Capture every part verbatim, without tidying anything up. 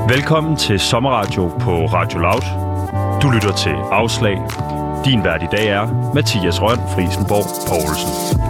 Velkommen til Sommerradio på Radio Loud. Du lytter til Afslag. Din vært i dag er Mathias Rønn Friesenborg Poulsen.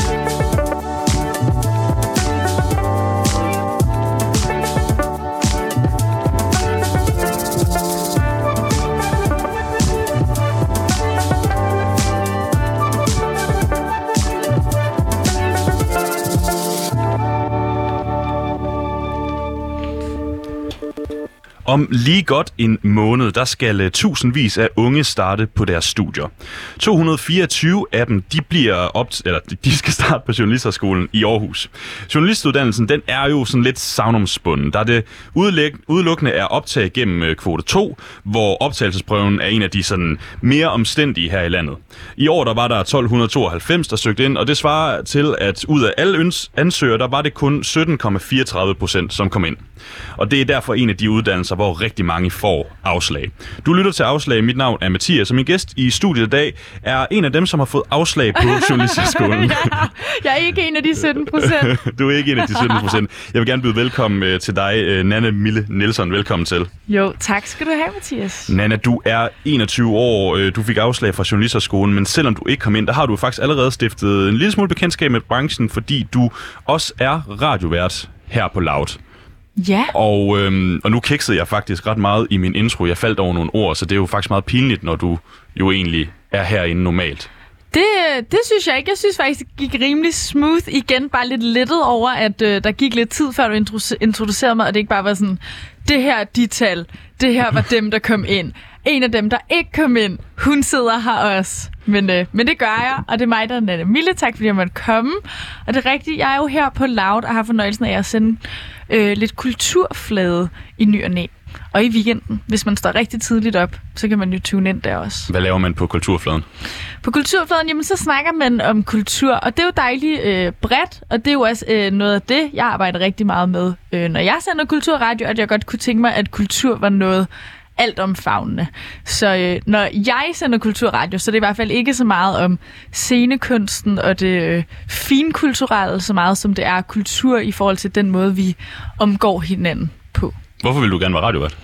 Om lige godt en måned, der skal tusindvis af unge starte på deres studier. to hundrede og fireogtyve af dem, de, bliver op, eller de skal starte på Journalisthøjskolen i Aarhus. Journalistuddannelsen, den er jo sådan lidt sagnomsbunden. Der er det udelukkende er optag gennem kvote to, hvor optagelsesprøven er en af de sådan mere omstændige her i landet. I år der var der tolv tooghalvfems, der søgte ind, og det svarer til, at ud af alle ansøgere, der var det kun sytten komma fireogtredive procent, som kom ind. Og det er derfor en af de uddannelser, hvor rigtig mange får afslag. Du lytter til Afslag. Mit navn er Mathias, og min gæst i studiet i dag er en af dem, som har fået afslag på Journalisthøjskolen. Ja, jeg er ikke en af de sytten procent. Du er ikke en af de sytten procent. Jeg vil gerne byde velkommen til dig, Nanna Mille Nielsen. Velkommen til. Jo, tak skal du have, Mathias. Nanna, du er enogtyve år. Du fik afslag fra Journalisthøjskolen, men selvom du ikke kom ind, der har du faktisk allerede stiftet en lille smule bekendtskab med branchen, fordi du også er radiovært her på Loud. Ja. Og, øhm, og nu kiksede jeg faktisk ret meget i min intro. Jeg faldt over nogle ord, så det er jo faktisk meget pinligt, når du jo egentlig er herinde normalt. Det, det synes jeg ikke. Jeg synes faktisk, det gik rimelig smooth igen. Bare lidt lettet over, at øh, der gik lidt tid, før du introducerede mig, og det ikke bare var sådan, det her er de tal, det her var dem, der kom ind. En af dem, der ikke kom ind, hun sidder her også. Men, øh, men det gør jeg, og det er mig, der er Nanna Mille. Tak, fordi jeg måtte komme. Og det er rigtigt, jeg er jo her på Loud og har fornøjelsen af at sende øh, lidt kulturflade i ny og næ. Og i weekenden, hvis man står rigtig tidligt op, så kan man jo tune ind der også. Hvad laver man på kulturfladen? På kulturfladen, jamen så snakker man om kultur, og det er jo dejligt øh, bredt, og det er jo også øh, noget af det, jeg arbejder rigtig meget med, øh, når jeg sender kulturradio, at jeg godt kunne tænke mig, at kultur var noget altomfavnende. Så øh, når jeg sender kulturradio, så er det i hvert fald ikke så meget om scenekunsten og det øh, finkulturelle, så meget som det er kultur i forhold til den måde, vi omgår hinanden på. Hvorfor vil du gerne være radiovært?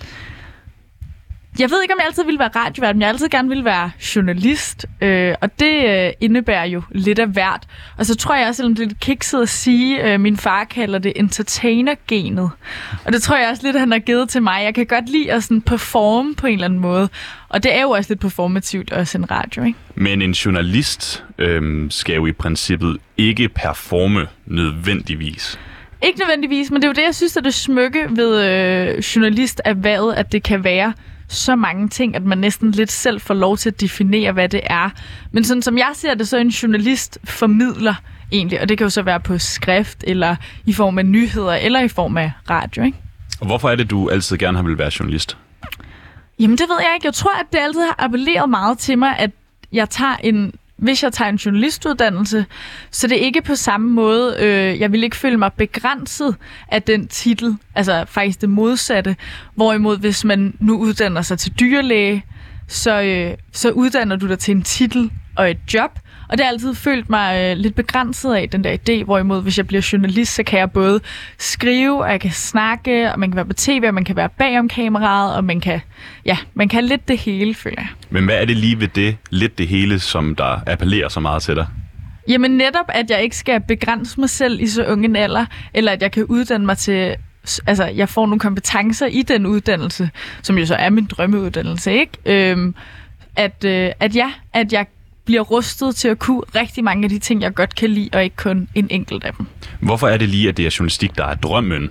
Jeg ved ikke, om jeg altid ville være radiovært, men jeg altid gerne ville være journalist. Øh, og det øh, indebærer jo lidt af hvert. Og så tror jeg også, selvom det er lidt kikset at sige, øh, min far kalder det entertainer-genet. Og det tror jeg også lidt, at han har givet til mig. Jeg kan godt lide at sådan performe på en eller anden måde. Og det er jo også lidt performativt at sende radio, ikke? Men en journalist øh, skal jo i princippet ikke performe nødvendigvis. Ikke nødvendigvis, men det er jo det, jeg synes, er det smukke ved øh, journalisterhvervet, at det kan være så mange ting, at man næsten lidt selv får lov til at definere, hvad det er. Men sådan som jeg ser det, så er en journalist formidler egentlig, og det kan jo så være på skrift, eller i form af nyheder, eller i form af radio, ikke? Og hvorfor er det, du altid gerne har vil være journalist? Jamen det ved jeg ikke. Jeg tror, at det altid har appelleret meget til mig, at jeg tager en... Hvis jeg tager en journalistuddannelse, så det er ikke på samme måde, øh, jeg vil ikke føle mig begrænset af den titel, altså faktisk det modsatte. Hvorimod, hvis man nu uddanner sig til dyrlæge, så, øh, så uddanner du dig til en titel og et job. Og det har altid følt mig øh, lidt begrænset af, den der idé. Hvorimod, hvis jeg bliver journalist, så kan jeg både skrive, og jeg kan snakke, og man kan være på tv, og man kan være bagom kameraet, og man kan, ja, man kan lidt det hele, føler jeg. Men hvad er det lige ved det, lidt det hele, som der appellerer så meget til dig? Jamen netop, at jeg ikke skal begrænse mig selv i så unge en alder, eller at jeg kan uddanne mig til, altså jeg får nogle kompetencer i den uddannelse, som jo så er min drømmeuddannelse, ikke? Øhm, at, øh, at ja, at jeg bliver rustet til at kunne rigtig mange af de ting, jeg godt kan lide, og ikke kun en enkelt af dem. Hvorfor er det lige, at det er journalistik, der er drømmen?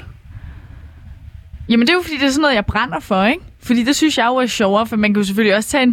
Jamen det er jo, fordi det er sådan noget, jeg brænder for, ikke? Fordi det synes jeg jo er sjovere, for man kan jo selvfølgelig også tage en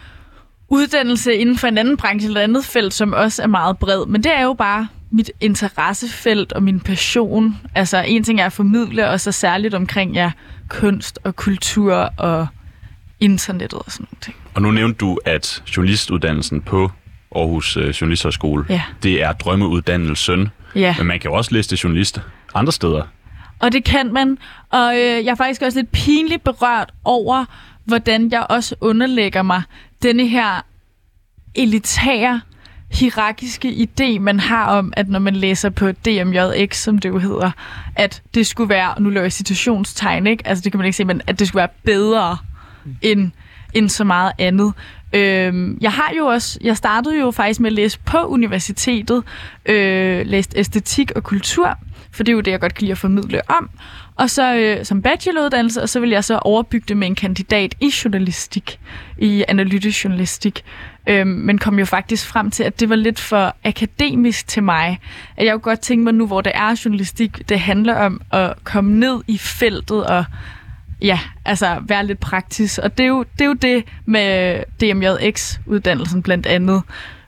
uddannelse inden for en anden branche eller et andet felt, som også er meget bred. Men det er jo bare mit interessefelt og min passion. Altså en ting er at formidle, og så særligt omkring ja, kunst og kultur og internettet og sådan noget ting. Og nu nævnte du, at journalistuddannelsen på Aarhus øh, Journalisthøjskole, ja. det er drømmeuddannelsen. Ja. Men man kan jo også læse til journalist andre steder. Og det kan man. Og øh, jeg er faktisk også lidt pinligt berørt over, hvordan jeg også underlægger mig denne her elitære hierarkiske idé, man har om, at når man læser på D M J X, som det jo hedder, at det skulle være, og nu laver jeg citationstegn, ikke? Altså det kan man ikke se, men at det skulle være bedre end, end så meget andet. Øhm, jeg har jo også, jeg startede jo faktisk med at læse på universitetet, øh, læst æstetik og kultur, for det er jo det, jeg godt kan lide at formidle om. Og så øh, som bacheloruddannelse, og så vil jeg så overbygge det med en kandidat i journalistik, i analytisk journalistik. Øhm, men kom jo faktisk frem til, at det var lidt for akademisk til mig. At jeg jo godt tænkte mig nu, hvor det er journalistik, det handler om at komme ned i feltet og ja, altså være lidt praktisk. Og det er jo det, er jo det med D M J X-uddannelsen blandt andet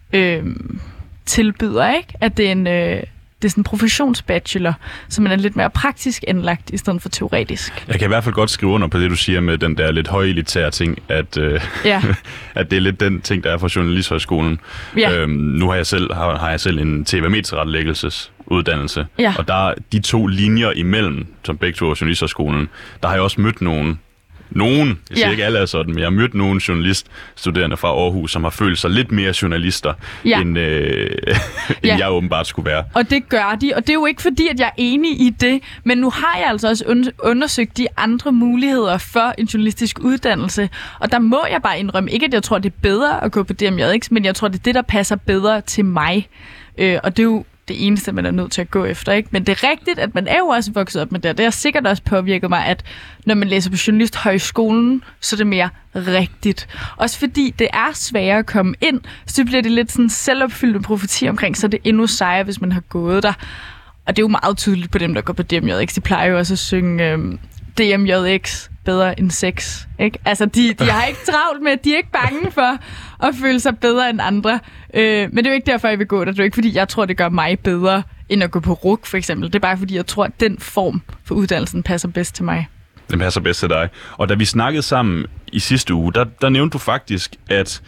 øhm, tilbyder, ikke? At det er en... Øh, Det er sådan en professionsbachelor, så man er lidt mere praktisk anlagt i stedet for teoretisk. Jeg kan i hvert fald godt skrive under på det, du siger med den der lidt højelitære ting, at, øh, ja. at det er lidt den ting, der er fra Journalisthøjskolen. Ja. Øhm, nu har jeg selv, har, har jeg selv en T V M-tilrettelæggelsesuddannelse, ja. Og der er de to linjer imellem, som begge to er Journalisthøjskolen, der har jeg også mødt nogen, Nogen, jeg siger ja. ikke alle er sådan, men jeg har mødt nogle journaliststuderende fra Aarhus, som har følt sig lidt mere journalister, ja. end, øh, end ja. jeg åbenbart skulle være. Og det gør de, og det er jo ikke fordi, at jeg er enig i det, men nu har jeg altså også undersøgt de andre muligheder for en journalistisk uddannelse, og der må jeg bare indrømme, ikke at jeg tror, det er bedre at gå på D M J X, men jeg tror, det er det, der passer bedre til mig. Øh, og det er jo det eneste, man er nødt til at gå efter, ikke? Men det er rigtigt, at man er jo også vokset op med det, og det har sikkert også påvirket mig, at når man læser på Journalisthøjskolen, så er det mere rigtigt. Også fordi det er sværere at komme ind, så bliver det lidt sådan selvopfyldende profeti omkring, så det er endnu sejere, hvis man har gået der. Og det er jo meget tydeligt på dem, der går på D M J X. De plejer jo også at synge øhm, D M J X bedre end sex, ikke? Altså, de, de har ikke travlt med, de er ikke bange for at føle sig bedre end andre. Øh, men det er jo ikke derfor, jeg vil gå der. Det er jo ikke, fordi jeg tror, det gør mig bedre, end at gå på R U C, for eksempel. Det er bare, fordi jeg tror, at den form for uddannelsen passer bedst til mig. Den passer bedst til dig. Og da vi snakkede sammen i sidste uge, der, der nævnte du faktisk, at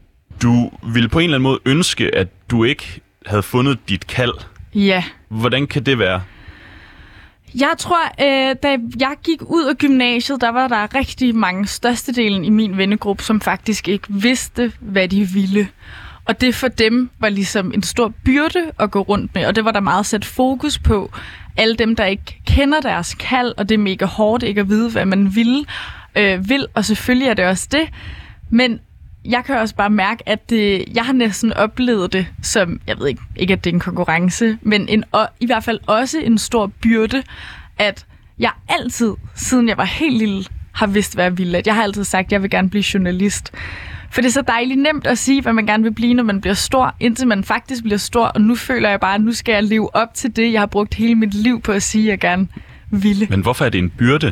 du ville på en eller anden måde ønske, at du ikke havde fundet dit kald. Ja. Hvordan kan det være? Jeg tror, øh, da jeg gik ud af gymnasiet, der var der rigtig mange, størstedelen i min vennegruppe, som faktisk ikke vidste, hvad de ville. Og det for dem var ligesom en stor byrde at gå rundt med, og det var der meget sat fokus på. Alle dem, der ikke kender deres kald, og det er mega hårdt ikke at vide, hvad man vil, øh, vil og selvfølgelig er det også det. Men jeg kan også bare mærke, at det, jeg har næsten oplevet det som, jeg ved ikke, ikke at det er en konkurrence, men en, og i hvert fald også en stor byrde, at jeg altid, siden jeg var helt lille, har vidst, hvad jeg ville. At jeg har altid sagt, at jeg vil gerne blive journalist. For det er så dejligt nemt at sige, hvad man gerne vil blive, når man bliver stor, indtil man faktisk bliver stor. Og nu føler jeg bare, at nu skal jeg leve op til det, jeg har brugt hele mit liv på at sige, at jeg gerne ville. Men hvorfor er det en byrde?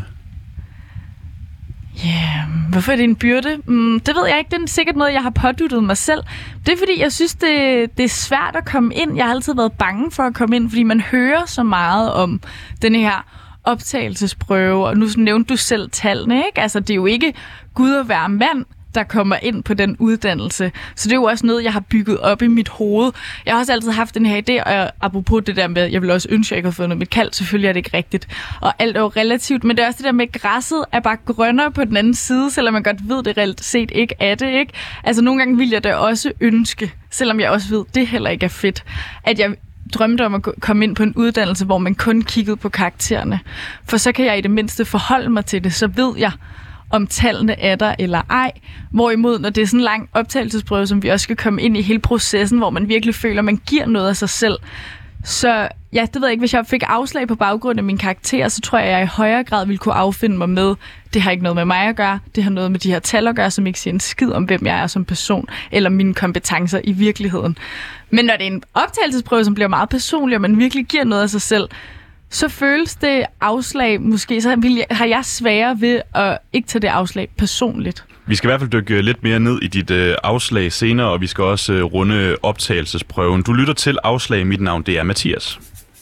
Ja, yeah, hvorfor er det en byrde? Mm, det ved jeg ikke. Det er sikkert noget, jeg har påduttet mig selv. Det er fordi, jeg synes, det, det er svært at komme ind. Jeg har altid været bange for at komme ind, fordi man hører så meget om den her optagelsesprøve. Og nu nævnte du selv tallene, ikke? Altså, det er jo ikke Gud at være mand, der kommer ind på den uddannelse. Så det er jo også noget, jeg har bygget op i mit hoved. Jeg har også altid haft den her idé, og apropos det der med, jeg vil også ønske, at jeg ikke havde fundet mit kald. Selvfølgelig er det ikke rigtigt. Og alt er jo relativt, men det er også det der med, at græsset er bare grønnere på den anden side, selvom man godt ved, det reelt set ikke er det, ikke? Altså nogle gange vil jeg da også ønske, selvom jeg også ved, det heller ikke er fedt, at jeg drømte om at komme ind på en uddannelse, hvor man kun kiggede på karaktererne. For så kan jeg i det mindste forholde mig til det, så ved jeg, om tallene er der eller ej. Hvorimod, når det er sådan en lang optagelsesprøve, som vi også skal komme ind i hele processen, hvor man virkelig føler, at man giver noget af sig selv. Så ja, det ved jeg ikke. Hvis jeg fik afslag på baggrund af mine karakterer, så tror jeg, at jeg i højere grad ville kunne affinde mig med, det har ikke noget med mig at gøre, det har noget med de her tal at gøre, som ikke siger en skid om, hvem jeg er som person, eller mine kompetencer i virkeligheden. Men når det er en optagelsesprøve, som bliver meget personlig, og man virkelig giver noget af sig selv, så føles det afslag måske, så vil jeg, har jeg sværere ved at ikke tage det afslag personligt. Vi skal i hvert fald dykke lidt mere ned i dit øh, afslag senere, og vi skal også øh, runde optagelsesprøven. Du lytter til Afslag. Mit navn, det er Mathias.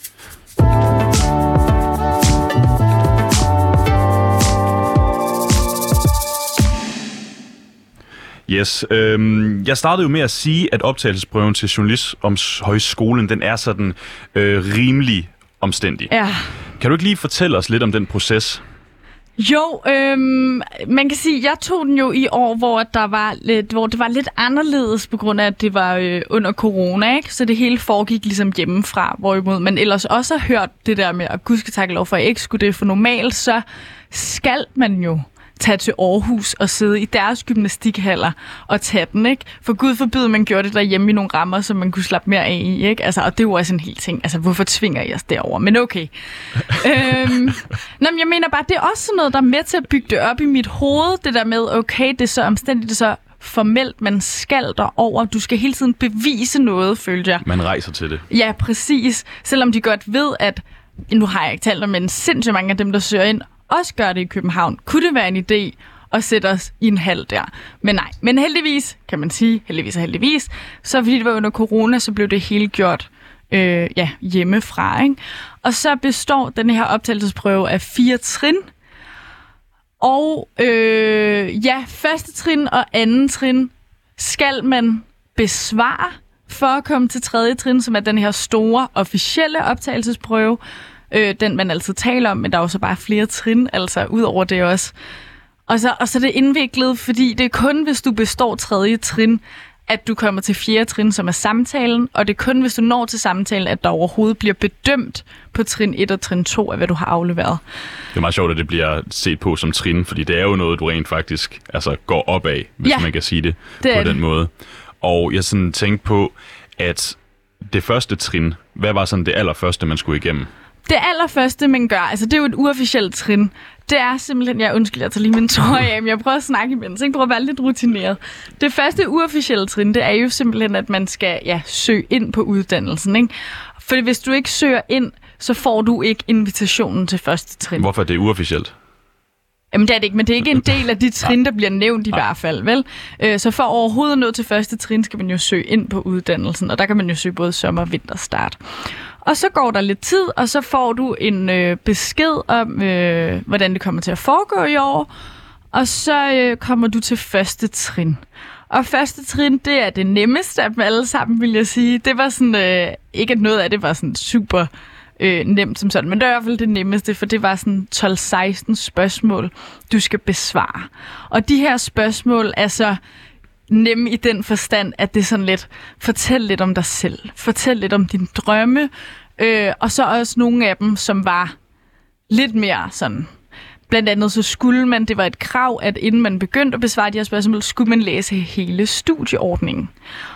Yes, øhm, jeg startede jo med at sige, at optagelsesprøven til Journalisthøjskolen, den er sådan øh, rimelig omstændig. Ja. Kan du ikke lige fortælle os lidt om den proces? Jo, øhm, man kan sige, jeg tog den jo i år, hvor der var lidt, hvor det var lidt anderledes på grund af, at det var øh, under corona, ikke? Så det hele foregik ligesom hjemmefra, hvorimod man ellers også har hørt det der med, at gud skal takke lov for, at jeg ikke skulle det, for normalt så skal man jo tage til Aarhus og sidde i deres gymnastikhaller og tage den, ikke? For gud forbyde, man gjorde det derhjemme i nogle rammer, som man kunne slappe mere af i, ikke? Altså, og det var også en hel ting. Altså, hvorfor tvinger jeg os derover? Men okay. øhm, nå, men jeg mener bare, det er også sådan noget, der er med til at bygge det op i mit hoved, det der med, okay, det er så omstændigt, det er så formelt, man skal derover. Du skal hele tiden bevise noget, følte jeg. Man rejser til det. Ja, præcis. Selvom de godt ved, at nu har jeg ikke talt om, men sindssygt mange af dem, der søger ind, også gør det i København. Kunne det være en idé at sætte os i en hal der? Men nej, men heldigvis, kan man sige, heldigvis og heldigvis, så fordi det var under corona, så blev det hele gjort øh, ja, hjemmefra, ikke? Og så består den her optagelsesprøve af fire trin. Og øh, ja, første trin og anden trin skal man besvare for at komme til tredje trin, som er den her store officielle optagelsesprøve. Øh, den man altid taler om, men der er jo så bare flere trin, altså ud over det også. Og så, og så er det indviklet, fordi det er kun, hvis du består tredje trin, at du kommer til fjerde trin, som er samtalen, og det er kun, hvis du når til samtalen, at der overhovedet bliver bedømt på trin et og trin to af, hvad du har afleveret. Det er meget sjovt, at det bliver set på som trin, fordi det er jo noget, du rent faktisk altså, går op af, hvis ja, man kan sige det, det på den det. måde. Og jeg sådan tænkte på, at det første trin, hvad var sådan det allerførste, man skulle igennem? Det allerførste, man gør, altså det er jo et uofficielt trin, det er simpelthen, jeg undskyld, jeg tager lige min trøje af, men jeg prøver at snakke imens, jeg prøver at være lidt rutineret. Det første uofficielle trin, det er jo simpelthen, at man skal ja, søge ind på uddannelsen, ikke? For hvis du ikke søger ind, så får du ikke invitationen til første trin. Hvorfor er det uofficielt? Jamen det er det ikke, men det er ikke en del af de trin, der bliver nævnt i Nej. hvert fald, vel? Så for overhovedet at nå til første trin, skal man jo søge ind på uddannelsen, og der kan man jo søge både sommer- og vinterstart. Og så går der lidt tid, og så får du en øh, besked om, øh, hvordan det kommer til at foregå i år, og så øh, kommer du til første trin. Og første trin, det er det nemmeste af dem alle sammen, vil jeg sige. Det var sådan, øh, ikke at noget af det var sådan super øh, nemt som sådan, men det er i hvert fald det nemmeste, for det var sådan tolv seksten spørgsmål, du skal besvare. Og de her spørgsmål er så nemme i den forstand, at det er sådan lidt, fortæl lidt om dig selv, fortæl lidt om dine drømme, øh, og så også nogle af dem, som var lidt mere sådan, blandt andet så skulle man, det var et krav, at inden man begyndte at besvare de her spørgsmål, skulle man læse hele studieordningen.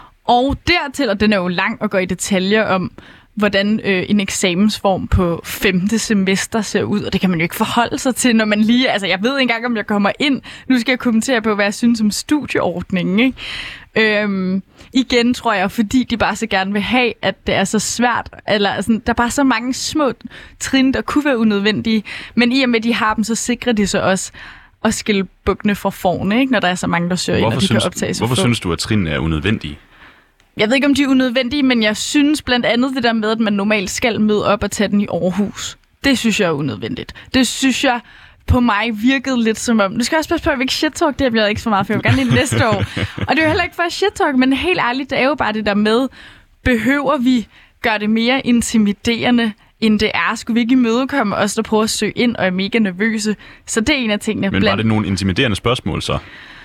Og dertil, og den er jo lang og går i detaljer om, hvordan øh, en eksamensform på femte semester ser ud, og det kan man jo ikke forholde sig til, når man lige, altså jeg ved ikke engang, om jeg kommer ind, nu skal jeg kommentere på, hvad jeg synes om studieordningen, ikke? Øhm, igen tror jeg, fordi de bare så gerne vil have, at det er så svært, eller altså, der er bare så mange små trin, der kunne være unødvendige, men i og med, at de har dem, så sikrer de så også at skille bukkene fra forne, ikke? Når der er så mange, der søger ind, og de synes, kan optage sig. Hvorfor få. synes du, at trinene er unødvendige? Jeg ved ikke, om de er unødvendige, men jeg synes blandt andet det der med, at man normalt skal møde op og tage den i Aarhus. Det synes jeg er unødvendigt. Det synes jeg på mig virkede lidt som om... Nu skal jeg også passe på, at jeg ikke shit-talk, det har jeg ikke så meget, for jeg vil gerne lige næste år. Og det er jo heller ikke for at shit-talk, men helt ærligt, det er jo bare det der med, behøver vi gøre det mere intimiderende, end det er? Skulle vi ikke imødekomme os, der prøver at søge ind og er mega nervøse? Så det er en af tingene. Men var det nogle intimiderende spørgsmål så?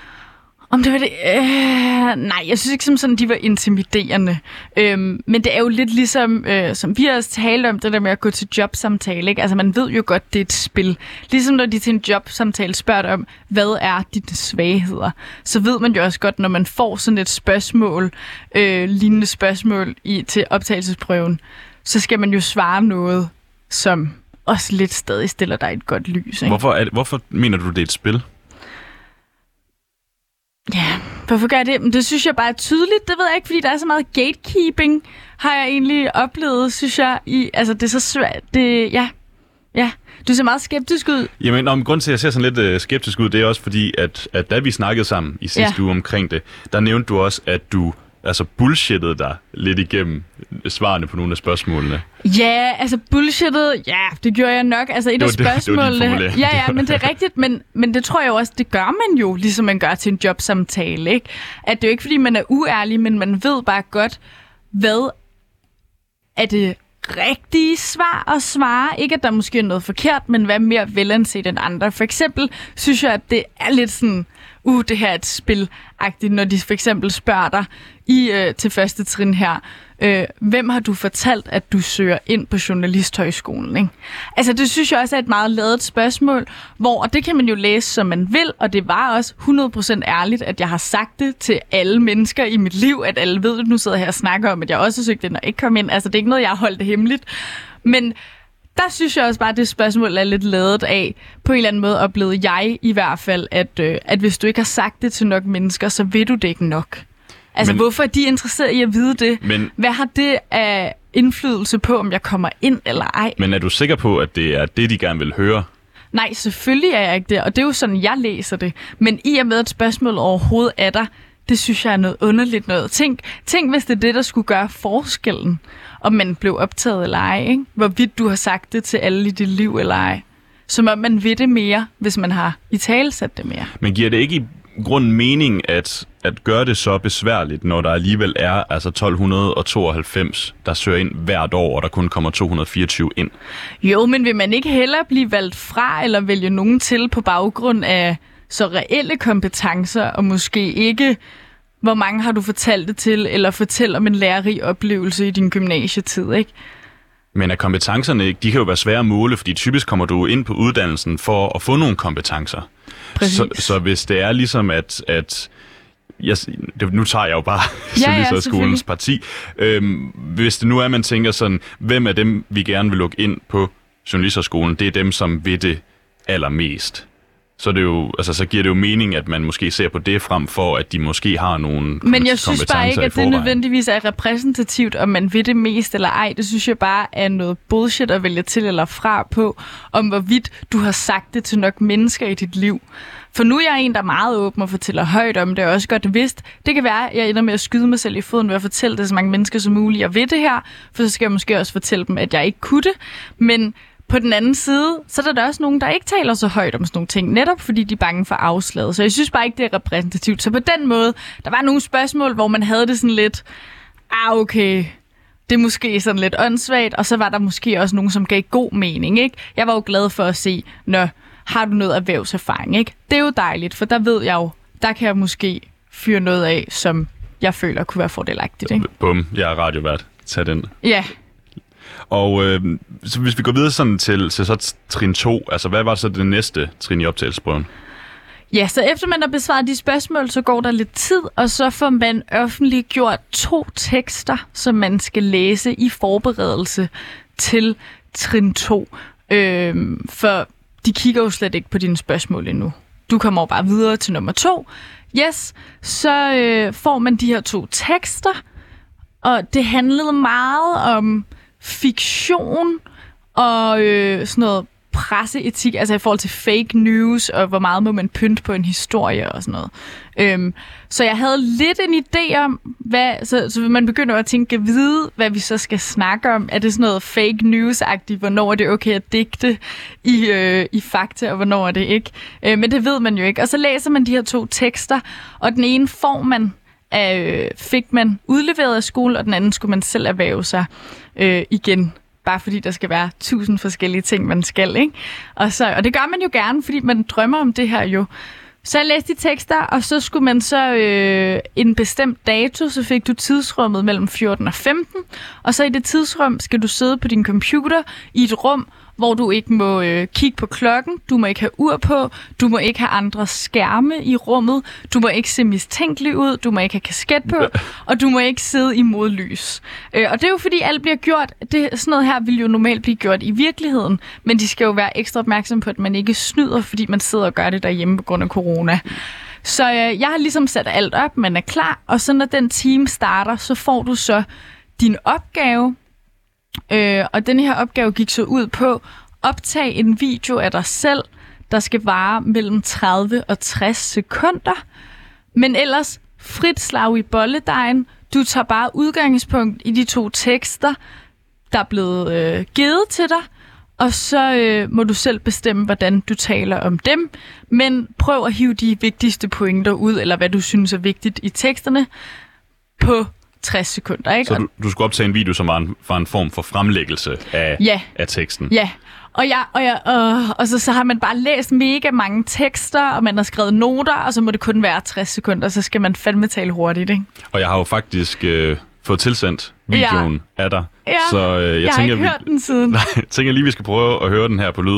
Om det var det? Øh, nej, jeg synes ikke som sådan, de var intimiderende. Øhm, men det er jo lidt ligesom, øh, som vi også talte om, det der med at gå til jobsamtale. Ikke? Altså man ved jo godt, det er et spil. Ligesom når de til en jobsamtale spørger dig om, hvad er dine svagheder? Så ved man jo også godt, når man får sådan et spørgsmål, øh, lignende spørgsmål i, til optagelsesprøven, så skal man jo svare noget, som også lidt stadig stiller dig et godt lys. Ikke? Hvorfor, er det, hvorfor mener du, det er et spil? Ja, hvorfor gør jeg det? Men det synes jeg bare er tydeligt. Det ved jeg ikke, fordi der er så meget gatekeeping, har jeg egentlig oplevet, synes jeg. I, altså, det er så svært. Det, ja, ja. Du ser meget skeptisk ud. Jamen, om grund til, at jeg ser sådan lidt uh, skeptisk ud, det er også fordi, at, at da vi snakkede sammen i sidste ja. uge omkring det, der nævnte du også, at du altså bullshittede dig lidt igennem svarene på nogle af spørgsmålene. Ja, altså bullshittet, ja, det gjorde jeg nok. Altså et af spørgsmålene. Ja, ja, men det er rigtigt, men, men det tror jeg jo også, det gør man jo, ligesom man gør til en jobsamtale, ikke? At det er jo ikke, fordi man er uærlig, men man ved bare godt, hvad er det rigtige svar at svare. Ikke, at der måske er noget forkert, men hvad mere velanset end andre. For eksempel synes jeg, at det er lidt sådan, uh, det her er et spil-agtigt, når de for eksempel spørger dig i, øh, til første trin her, øh, hvem har du fortalt, at du søger ind på Journalisthøjskolen? Ikke? Altså, det synes jeg også er et meget ladet spørgsmål, hvor, og det kan man jo læse, som man vil, og det var også hundrede procent ærligt, at jeg har sagt det til alle mennesker i mit liv, at alle ved, at nu sidder jeg her og snakker om, at jeg også søgte ind og ikke kom ind. Altså, det er ikke noget, jeg har holdt det hemmeligt. Men der synes jeg også bare, at det spørgsmål er lidt ladet af. På en eller anden måde oplevede jeg i hvert fald, at, øh, at hvis du ikke har sagt det til nok mennesker, så ved du det ikke nok. Altså, men, hvorfor er de interesseret i at vide det? Men, hvad har det af indflydelse på, om jeg kommer ind eller ej? Men er du sikker på, at det er det, de gerne vil høre? Nej, selvfølgelig er jeg ikke det, og det er jo sådan, jeg læser det. Men i og med, at spørgsmålet overhovedet er der, det synes jeg er noget underligt noget. Tænk, tænk hvis det er det, der skulle gøre forskellen, om man blev optaget eller ej, ikke? Hvorvidt du har sagt det til alle i dit liv eller ej. Som om man ved det mere, hvis man har italesat det mere. Men giver det ikke i grunden mening at, at gøre det så besværligt, når der alligevel er altså tolv tooghalvfems, der søger ind hvert år, og der kun kommer to hundrede og fireogtyve ind? Jo, men vil man ikke hellere blive valgt fra, eller vælge nogen til på baggrund af så reelle kompetencer, og måske ikke, hvor mange har du fortalt det til, eller fortæl om en lærerig oplevelse i din gymnasietid, ikke? Men er kompetencerne, de kan jo være svære at måle, fordi typisk kommer du ind på uddannelsen for at få nogle kompetencer. Så, så hvis det er ligesom, at, at yes, det, nu tager jeg jo bare ja, Journalisthøjskolens ja, parti. Øhm, hvis det nu er, at man tænker sådan, hvem af dem, vi gerne vil lukke ind på Journalisthøjskolen, det er dem, som ved det allermest. Så, det jo, altså, så giver det jo mening, at man måske ser på det frem for, at de måske har nogle Men jeg synes bare ikke, at det nødvendigvis er repræsentativt, om man ved det mest eller ej. Det synes jeg bare er noget bullshit at vælge til eller fra på, om hvorvidt du har sagt det til nok mennesker i dit liv. For nu er jeg en, der er meget åben og fortæller højt om det, og også godt vidst. Det kan være, at jeg ender med at skyde mig selv i foden ved at fortælle det så mange mennesker som muligt, jeg ved det her, for så skal jeg måske også fortælle dem, at jeg ikke kunne det. Men på den anden side, så er der også nogen, der ikke taler så højt om sådan nogle ting, netop fordi de er bange for afslaget. Så jeg synes bare ikke, det er repræsentativt. Så på den måde, der var nogle spørgsmål, hvor man havde det sådan lidt, ah okay, det er måske sådan lidt åndssvagt, og så var der måske også nogen, som gav god mening, ikke? Jeg var jo glad for at se, nå, har du noget erhvervserfaring, ikke? Det er jo dejligt, for der ved jeg jo, der kan jeg måske fyre noget af, som jeg føler kunne være fordelagtigt, ikke? Bum, jeg er radiovært. Tag den. Ja. Og øh, så hvis vi går videre sådan til, til så trin to, altså hvad var så det næste trin i optagelsesprøven? Ja, så efter man har besvaret de spørgsmål, så går der lidt tid, og så får man offentliggjort to tekster, som man skal læse i forberedelse til trin to. Øh, for de kigger jo slet ikke på dine spørgsmål endnu. Du kommer jo bare videre til nummer to. Yes, så øh, får man de her to tekster, og det handlede meget om fiktion og øh, sådan noget presseetik, altså i forhold til fake news, og hvor meget må man pynte på en historie og sådan noget. Øhm, så jeg havde lidt en idé om, hvad, så, så man begynder at tænke, at vide, hvad vi så skal snakke om. Er det sådan noget fake news-agtigt? Hvornår er det okay at digte i, øh, i fakta, og hvornår er det ikke? Øh, men det ved man jo ikke. Og så læser man de her to tekster, og den ene får man af, fik man udleveret af skole, og den anden skulle man selv erhverve sig øh, igen. Bare fordi der skal være tusind forskellige ting, man skal, ikke? Og, så, og det gør man jo gerne, fordi man drømmer om det her jo. Så jeg læste de tekster, og så skulle man så øh, en bestemt dato, så fik du tidsrummet mellem fjorten og femten, og så i det tidsrum skal du sidde på din computer i et rum, hvor du ikke må øh, kigge på klokken, du må ikke have ur på, du må ikke have andre skærme i rummet, du må ikke se mistænkelig ud, du må ikke have kasket på, og du må ikke sidde i modlys. Øh, og det er jo fordi alt bliver gjort, det, sådan noget her vil jo normalt blive gjort i virkeligheden, men de skal jo være ekstra opmærksom på, at man ikke snyder, fordi man sidder og gør det derhjemme på grund af corona. Så øh, jeg har ligesom sat alt op, man er klar, og så når den time starter, så får du så din opgave. Øh, og den her opgave gik så ud på optage en video af dig selv, der skal vare mellem tredive og tres sekunder. Men ellers frit slag i bolledejen. Du tager bare udgangspunkt i de to tekster, der er blevet øh, givet til dig, og så øh, må du selv bestemme, hvordan du taler om dem. Men prøv at hive de vigtigste pointer ud, eller hvad du synes er vigtigt i teksterne, på tres sekunder, ikke? Så du, du skulle optage en video, som var en, var en form for fremlæggelse af, ja. af teksten? Ja, og, jeg, og, jeg, øh, og så, så har man bare læst mega mange tekster, og man har skrevet noter, og så må det kun være tres sekunder, så skal man fandme tale hurtigt, ikke? Og jeg har jo faktisk øh, fået tilsendt videoen ja. af dig, ja. så øh, jeg, jeg tænker, har ikke vi, hørt den siden. Nej, jeg tænker lige, vi skal prøve at høre den her på lyd.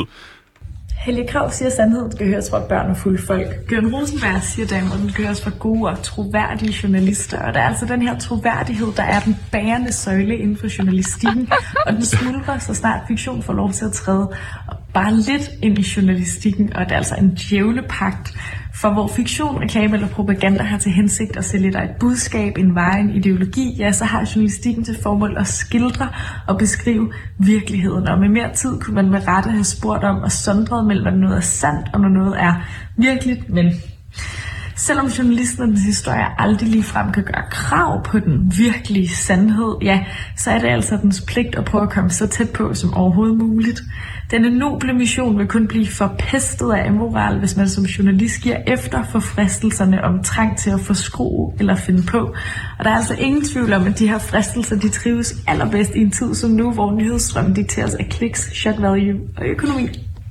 Helge Krag siger, at sandheden skal høres fra børn og fulde folk. Bjørn Rosenberg siger derimod, at den skal høres fra gode og troværdige journalister. Og der er altså den her troværdighed, der er den bærende søjle inden for journalistikken. Og den smuldrer, så snart fiktion får lov til at træde bare lidt ind i journalistikken. Og det er altså en djævlepagt. For hvor fiktion, reklame eller propaganda har til hensigt at sælge dig et budskab, en vej, en ideologi, ja, så har journalistikken til formål at skildre og beskrive virkeligheden. Og med mere tid kunne man med rette have spurgt om og sondret mellem, at noget er sandt, og når noget er virkeligt, men selvom journalisternes historie aldrig ligefrem kan gøre krav på den virkelige sandhed, ja, så er det altså dens pligt at prøve at komme så tæt på som overhovedet muligt. Denne noble mission vil kun blive forpestet af moral, hvis man som journalist giver efter for fristelserne om trang til at forskrue eller finde på. Og der er altså ingen tvivl om, at de her fristelser, de trives allerbedst i en tid som nu, hvor nyhedsstrømmen dikteres af kliks, shock value og økonomi.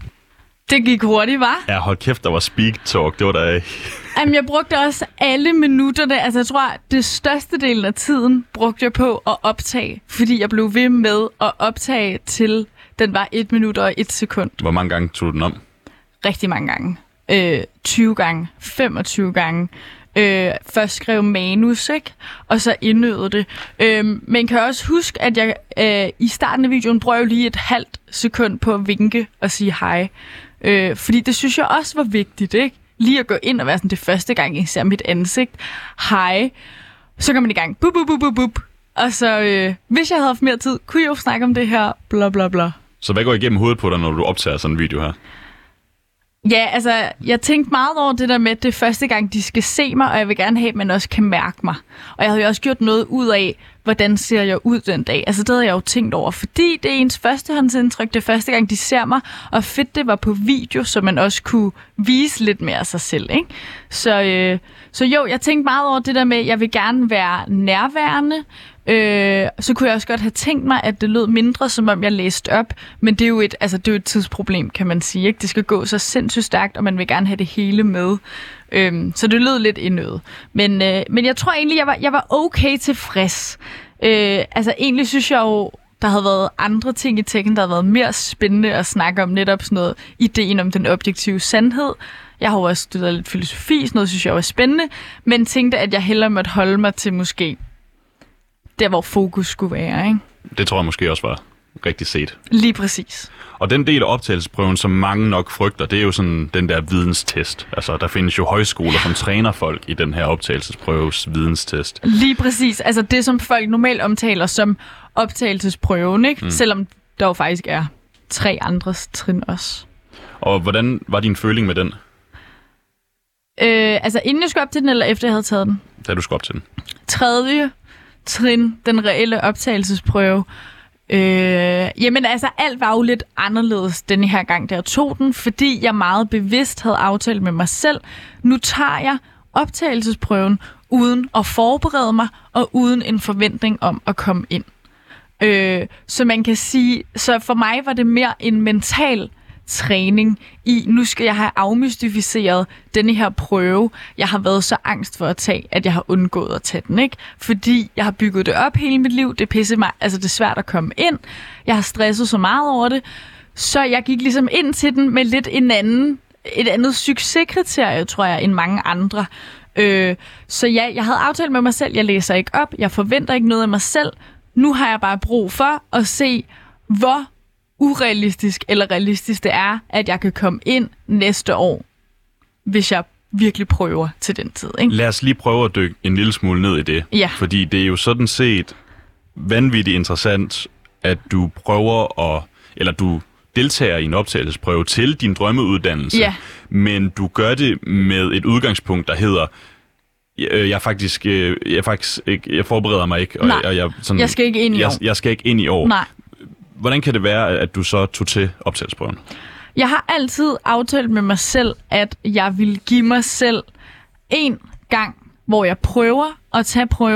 Det gik hurtigt, var? Ja, hold kæft, der var speak talk. Det var der. Jamen, jeg brugte også alle minutterne. Altså, jeg tror, det største del af tiden brugte jeg på at optage, fordi jeg blev ved med at optage til den var et minut og et sekund. Hvor mange gange tog du den om? Rigtig mange gange. Øh, tyve gange, femogtyve gange. Øh, først skrev manus, ikke? Og så indøvede det. Øh, men kan også huske, at jeg øh, i starten af videoen brugte jeg lige et halvt sekund på at vinke og sige hej. Øh, fordi det synes jeg også var vigtigt, ikke? Lige at gå ind og være sådan, det første gang, jeg ser mit ansigt. Hej. Så går man i gang. Bup, bup, bup, bup, bup. Og så, øh, hvis jeg havde haft mere tid, kunne jeg jo snakke om det her, bla bla bla. Så hvad går igennem hovedet på dig, når du optager sådan en video her? Ja, altså, jeg tænkte meget over det der med, at det er første gang, de skal se mig, og jeg vil gerne have, at man også kan mærke mig. Og jeg havde jo også gjort noget ud af, hvordan ser jeg ud den dag. Altså, det havde jeg jo tænkt over, fordi det er ens førstehåndsindtryk, det er første gang, de ser mig, og fedt, det var på video, så man også kunne vise lidt mere af sig selv, ikke? Så, øh, så jo, jeg tænkte meget over det der med, at jeg vil gerne være nærværende. Øh, så kunne jeg også godt have tænkt mig, at det lød mindre, som om jeg læste op. Men det er jo et, altså, det er jo et tidsproblem, kan man sige, ikke? Det skal gå så sindssygt stærkt, og man vil gerne have det hele med. Øh, så det lød lidt indøvet. Men, øh, men jeg tror egentlig, jeg var, jeg var okay tilfreds. Øh, altså egentlig synes jeg jo, der havde været andre ting i teksten, der havde været mere spændende at snakke om, netop sådan noget ideen om den objektive sandhed. Jeg har jo også studeret lidt filosofi, sådan noget synes jeg var spændende, men tænkte, at jeg hellere måtte holde mig til måske der, hvor fokus skulle være, ikke? Det tror jeg måske også var rigtig set. Lige præcis. Og den del af optagelsesprøven, som mange nok frygter, det er jo sådan den der videnstest. Altså, der findes jo højskoler, som træner folk i den her optagelsesprøves videnstest. Lige præcis. Altså det, som folk normalt omtaler som optagelsesprøven, ikke? Mm. Selvom der jo faktisk er tre andre trin også. Og hvordan var din føling med den? Øh, altså inden jeg skulle op til den, eller efter jeg havde taget den? Da du skulle op til den. Tredje trin, den reelle optagelsesprøve. Øh, jamen altså, alt var jo lidt anderledes denne her gang, da jeg tog den, fordi jeg meget bevidst havde aftalt med mig selv. Nu tager jeg optagelsesprøven uden at forberede mig, og uden en forventning om at komme ind. Øh, så man kan sige, så for mig var det mere en mental træning i, nu skal jeg have afmystificeret denne her prøve. Jeg har været så angst for at tage, at jeg har undgået at tage den, ikke? Fordi jeg har bygget det op hele mit liv. Det pisser mig, altså det er svært at komme ind. Jeg har stresset så meget over det. Så jeg gik ligesom ind til den med lidt en anden, et andet succeskriterie, tror jeg, end mange andre. Øh, så ja, jeg havde aftalt med mig selv, jeg læser ikke op, jeg forventer ikke noget af mig selv. Nu har jeg bare brug for at se, hvor urealistisk eller realistisk det er, at jeg kan komme ind næste år, hvis jeg virkelig prøver til den tid, ikke? Lad os lige prøve at dykke en lille smule ned i det. Ja. Fordi det er jo sådan set vanvittigt interessant, at du prøver at, eller du deltager i en optagelsesprøve til din drømmeuddannelse, ja. Men du gør det med et udgangspunkt, der hedder, jeg, jeg faktisk, jeg faktisk ikke, jeg forbereder mig ikke, og Nej, jeg, jeg, sådan, jeg skal ikke ind i jeg, år. Jeg skal ikke ind i år. Nej. Hvordan kan det være, at du så tog til optagelsesprøven? Jeg har altid aftalt med mig selv, at jeg vil give mig selv en gang, hvor jeg prøver at tage prøven,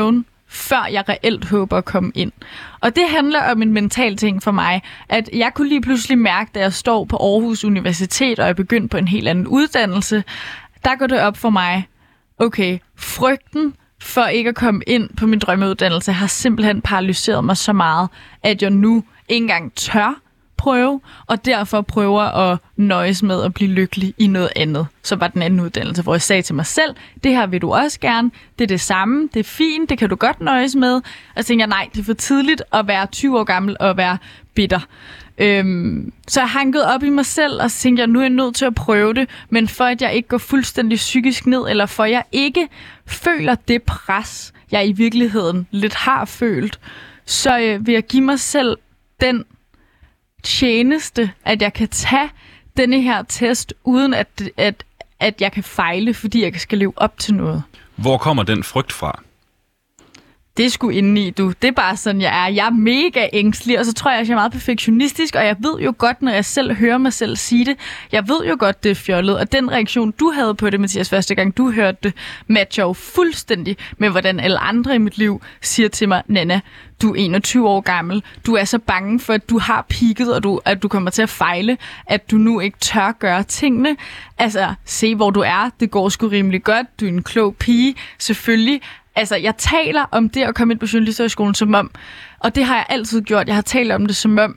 før jeg reelt håber at komme ind. Og det handler om en mental ting for mig, at jeg kunne lige pludselig mærke, da jeg står på Aarhus Universitet, og jeg begyndte på en helt anden uddannelse, der går det op for mig, okay, frygten for ikke at komme ind på min drømmeuddannelse har simpelthen paralyseret mig så meget, at jeg nu ikke engang tør prøve, og derfor prøver at nøjes med at blive lykkelig i noget andet. Så var den anden uddannelse, hvor jeg sagde til mig selv, det her vil du også gerne, det er det samme, det er fint, det kan du godt nøjes med. Og så tænkte jeg, nej, det er for tidligt at være tyve år gammel og være bitter. Øhm, så jeg hankede op i mig selv, og så tænkte jeg, nu er jeg nødt til at prøve det, men for at jeg ikke går fuldstændig psykisk ned, eller for at jeg ikke føler det pres, jeg i virkeligheden lidt har følt, så øh, vil jeg give mig selv den tjeneste, at jeg kan tage denne her test, uden at, at, at jeg kan fejle, fordi jeg skal leve op til noget. Hvor kommer den frygt fra? Det er sgu indeni, du. Det er bare sådan, jeg er. Jeg er mega ængstelig, og så tror jeg, at jeg er meget perfektionistisk, og jeg ved jo godt, når jeg selv hører mig selv sige det, jeg ved jo godt, det er fjollet, og den reaktion, du havde på det, Mathias, første gang du hørte det, matcher jo fuldstændig med, hvordan alle andre i mit liv siger til mig, Nanna, du er enogtyve år gammel, du er så bange for, at du har peaked, og du, at du kommer til at fejle, at du nu ikke tør gøre tingene. Altså, se hvor du er, det går sgu rimelig godt, du er en klog pige, selvfølgelig. Altså, jeg taler om det at komme ind på journalisthøjskolen som om, og det har jeg altid gjort, jeg har talt om det som om,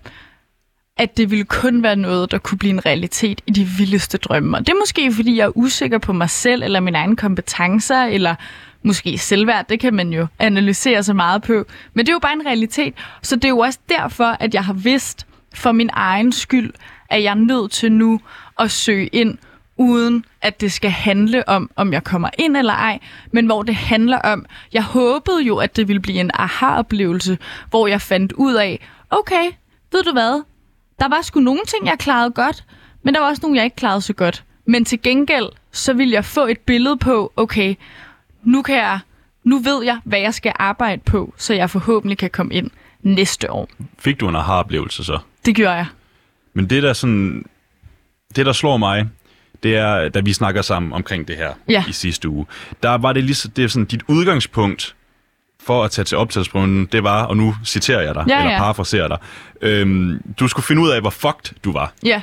at det ville kun være noget, der kunne blive en realitet i de vildeste drømme. Og det er måske, fordi jeg er usikker på mig selv, eller mine egne kompetencer, eller måske selvværd, det kan man jo analysere så meget på. Men det er jo bare en realitet, så det er jo også derfor, at jeg har vidst for min egen skyld, at jeg er nødt til nu at søge ind, uden at det skal handle om, om jeg kommer ind eller ej, men hvor det handler om, jeg håbede jo, at det ville blive en aha-oplevelse, hvor jeg fandt ud af, okay, ved du hvad, der var sgu nogle ting, jeg klarede godt, men der var også nogle, jeg ikke klarede så godt. Men til gengæld, så ville jeg få et billede på, okay, nu kan jeg, nu ved jeg, hvad jeg skal arbejde på, så jeg forhåbentlig kan komme ind næste år. Fik du en aha-oplevelse så? Det gjorde jeg. Men det der sådan, det der slår mig, det er, da vi snakker sammen omkring det her ja. i sidste uge, der var det lige det er sådan, dit udgangspunkt for at tage til optagelsesprøven, det var, og nu citerer jeg dig, ja, eller ja. parafraserer dig, øhm, du skulle finde ud af, hvor fucked du var. Ja.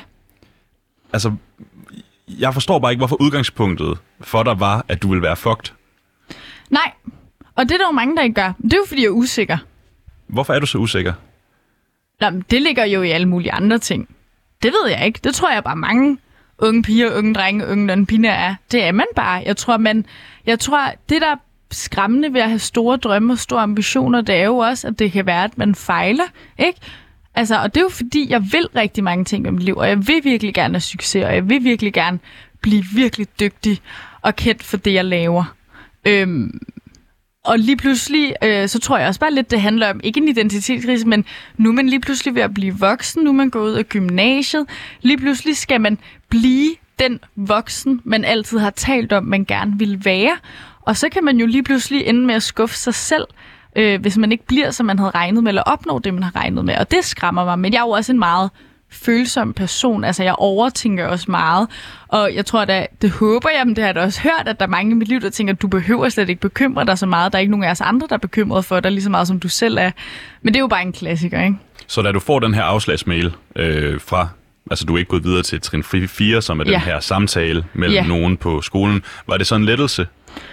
Altså, jeg forstår bare ikke, hvorfor udgangspunktet for dig var, at du ville være fucked. Nej, og det er der jo mange, der ikke gør. Det er jo, fordi jeg er usikker. Hvorfor er du så usikker? Nå, men det ligger jo i alle mulige andre ting. Det ved jeg ikke. Det tror jeg bare mange unge piger, unge drenge, unge non-binære er. Det er man bare. Jeg tror, man, jeg tror, det der skræmmende ved at have store drømme og store ambitioner, det er jo også, at det kan være, at man fejler, ikke? Altså, og det er jo fordi, jeg vil rigtig mange ting i mit liv, og jeg vil virkelig gerne have succes, og jeg vil virkelig gerne blive virkelig dygtig og kendt for det, jeg laver. Øhm, og lige pludselig, øh, så tror jeg også bare lidt, det handler om, ikke en identitetskrise, men nu er man lige pludselig ved at blive voksen, nu er man gået ud af gymnasiet, lige pludselig skal man blive den voksen, man altid har talt om, man gerne vil være, og så kan man jo lige pludselig ende med at skuffe sig selv, øh, hvis man ikke bliver, som man havde regnet med, eller opnår det, man har regnet med, og det skræmmer mig, men jeg er jo også en meget følsom person, altså jeg overtænker også meget, og jeg tror da, det håber jeg, men det har jeg da også hørt, at der er mange i mit liv, der tænker, at du behøver slet ikke bekymre dig så meget, der er ikke nogen af os andre, der er bekymret for dig, lige så meget som du selv er, men det er jo bare en klassiker, ikke? Så da du får den her afslagsmail øh, fra, altså du er ikke gået videre til trin fire, som er den ja. her samtale mellem ja. nogen på skolen, var det så en lettelse?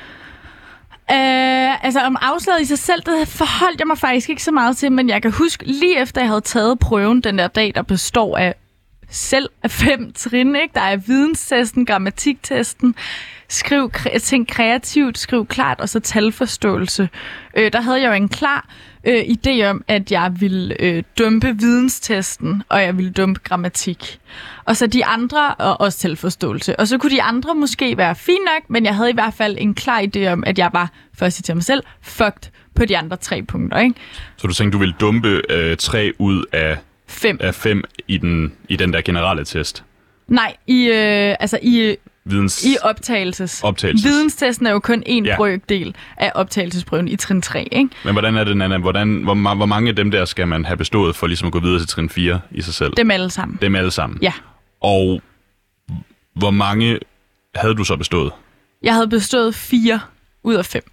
Uh, altså om afslaget i sig selv, det forholdt jeg mig faktisk ikke så meget til, men jeg kan huske, lige efter jeg havde taget prøven den der dag, der består af selv af fem trin, ikke? Der er videnstesten, grammatiktesten, skriv ting kreativt, skriv klart, og så talforståelse. Uh, der havde jeg jo en klar uh, idé om, at jeg ville uh, dumpe videnstesten, og jeg ville dumpe grammatik. Og så de andre, og også talforståelse. Og så kunne de andre måske være fint nok, men jeg havde i hvert fald en klar idé om, at jeg var, først til mig selv, fucked på de andre tre punkter, ikke? Så du tænkte, du ville dumpe øh, tre ud af fem, af fem i, den, i den der generelle test? Nej, i, øh, altså i, Videns... i optagelses. optagelses. Videnstesten er jo kun en ja. brøkdel af optagelsesprøven i trin tre, ikke? Men hvordan er det, Nanna? Hvordan, hvor, hvor mange af dem der skal man have bestået for ligesom at gå videre til trin fire i sig selv? Dem alle sammen. Dem alle sammen? Ja. Og hvor mange havde du så bestået? Jeg havde bestået fire ud af fem.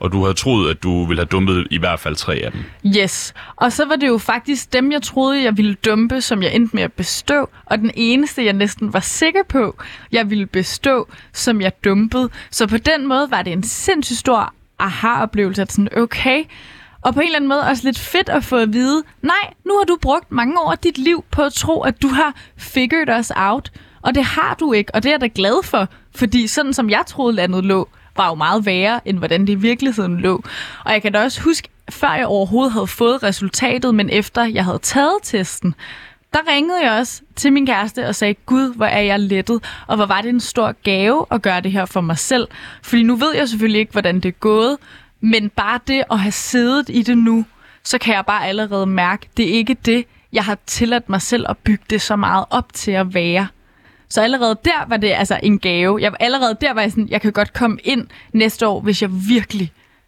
og du havde troet, at du ville have dumpet i hvert fald tre af dem. Yes. Og så var det jo faktisk dem, jeg troede, jeg ville dumpe, som jeg endte med at bestå. Og den eneste, jeg næsten var sikker på, jeg ville bestå, som jeg dumpede. Så på den måde var det en sindssygt stor aha-oplevelse, at sådan, okay. Og på en eller anden måde også lidt fedt at få at vide, nej, nu har du brugt mange år af dit liv på at tro, at du har figured us out. Og det har du ikke, og det er jeg da glad for. Fordi sådan som jeg troede landet lå, var jo meget værre, end hvordan det i virkeligheden lå. Og jeg kan da også huske, før jeg overhovedet havde fået resultatet, men efter jeg havde taget testen, der ringede jeg også til min kæreste og sagde, Gud, hvor er jeg lettet, og hvor var det en stor gave at gøre det her for mig selv. Fordi nu ved jeg selvfølgelig ikke, hvordan det er gået, men bare det at have siddet i det nu, så kan jeg bare allerede mærke, det er ikke det, jeg har tilladt mig selv at bygge det så meget op til at være. Så allerede der var det altså en gave. Jeg, allerede der var jeg sådan, jeg kan godt komme ind næste år, hvis jeg virkelig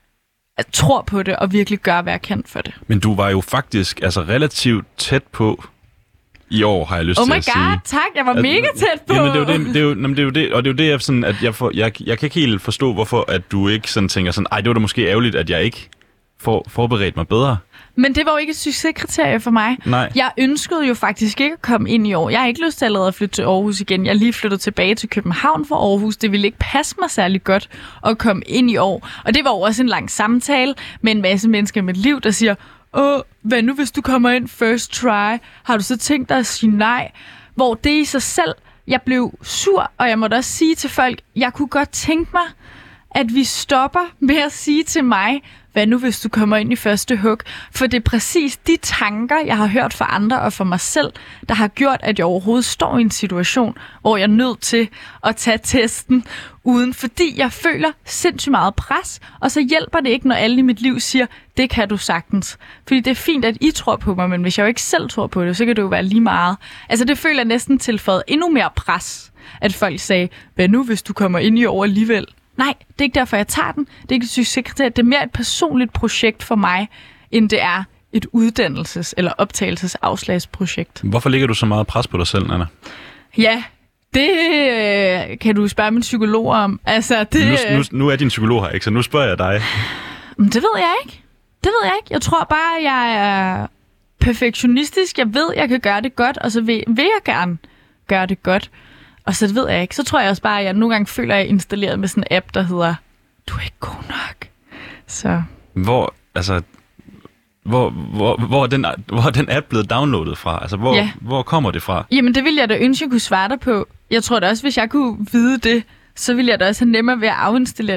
tror på det, og virkelig gør, hvad jeg kan for det. Men du var jo faktisk altså relativt tæt på i år, har jeg lyst oh til at sige. Oh my god, tak. Jeg var at, mega tæt på. Jamen, det er jo det, det, er jo, jamen, det, er jo det, og det er jo det, jeg, sådan, at jeg, får, jeg, jeg kan ikke helt forstå, hvorfor at du ikke sådan tænker sådan, ej, det var da måske ærgerligt, at jeg ikke får forberedt mig bedre. Men det var jo ikke et succeskriterie for mig. Nej. Jeg ønskede jo faktisk ikke at komme ind i år. Jeg har ikke lyst til allerede at flytte til Aarhus igen. Jeg er lige flyttet tilbage til København fra Aarhus. Det ville ikke passe mig særlig godt at komme ind i år. Og det var jo også en lang samtale med en masse mennesker med liv, der siger, åh, hvad nu hvis du kommer ind first try? Har du så tænkt dig at sige nej? Hvor det i sig selv, jeg blev sur, og jeg måtte også sige til folk, jeg kunne godt tænke mig, at vi stopper med at sige til mig, hvad nu hvis du kommer ind i første hug? For det er præcis de tanker, jeg har hørt fra andre og fra mig selv, der har gjort, at jeg overhovedet står i en situation, hvor jeg er nødt til at tage testen uden, fordi jeg føler sindssygt meget pres, og så hjælper det ikke, når alle i mit liv siger, det kan du sagtens. Fordi det er fint, at I tror på mig, men hvis jeg jo ikke selv tror på det, så kan det jo være lige meget. Altså det føler jeg næsten tilføjet endnu mere pres, at folk sagde, hvad nu hvis du kommer ind i år alligevel? Nej, det er ikke derfor, jeg tager den. Det er ikke et succeskriterie. Det er mere et personligt projekt for mig, end det er et uddannelses- eller optagelsesafslagsprojekt. Hvorfor lægger du så meget pres på dig selv, Nanna? Ja, det øh, kan du spørge min psykolog om. Altså, det, nu, nu, nu er din psykolog her, ikke? Så nu spørger jeg dig. Men det ved jeg ikke. Det ved jeg ikke. Jeg tror bare, jeg er perfektionistisk. Jeg ved, jeg kan gøre det godt, og så vil, vil jeg gerne gøre det godt. Og så det ved jeg ikke. Så tror jeg også bare, at jeg nogle gange føler, at jeg er installeret med sådan en app, der hedder, du er ikke god nok. Så. Hvor, altså, hvor, hvor, hvor, er den, hvor er den app blevet downloadet fra? Altså, hvor, ja. hvor kommer det fra? Jamen, det ville jeg da ønske, jeg kunne svare dig på. Jeg tror da også, hvis jeg kunne vide det, så ville jeg da også have nemmere ved at afinstallere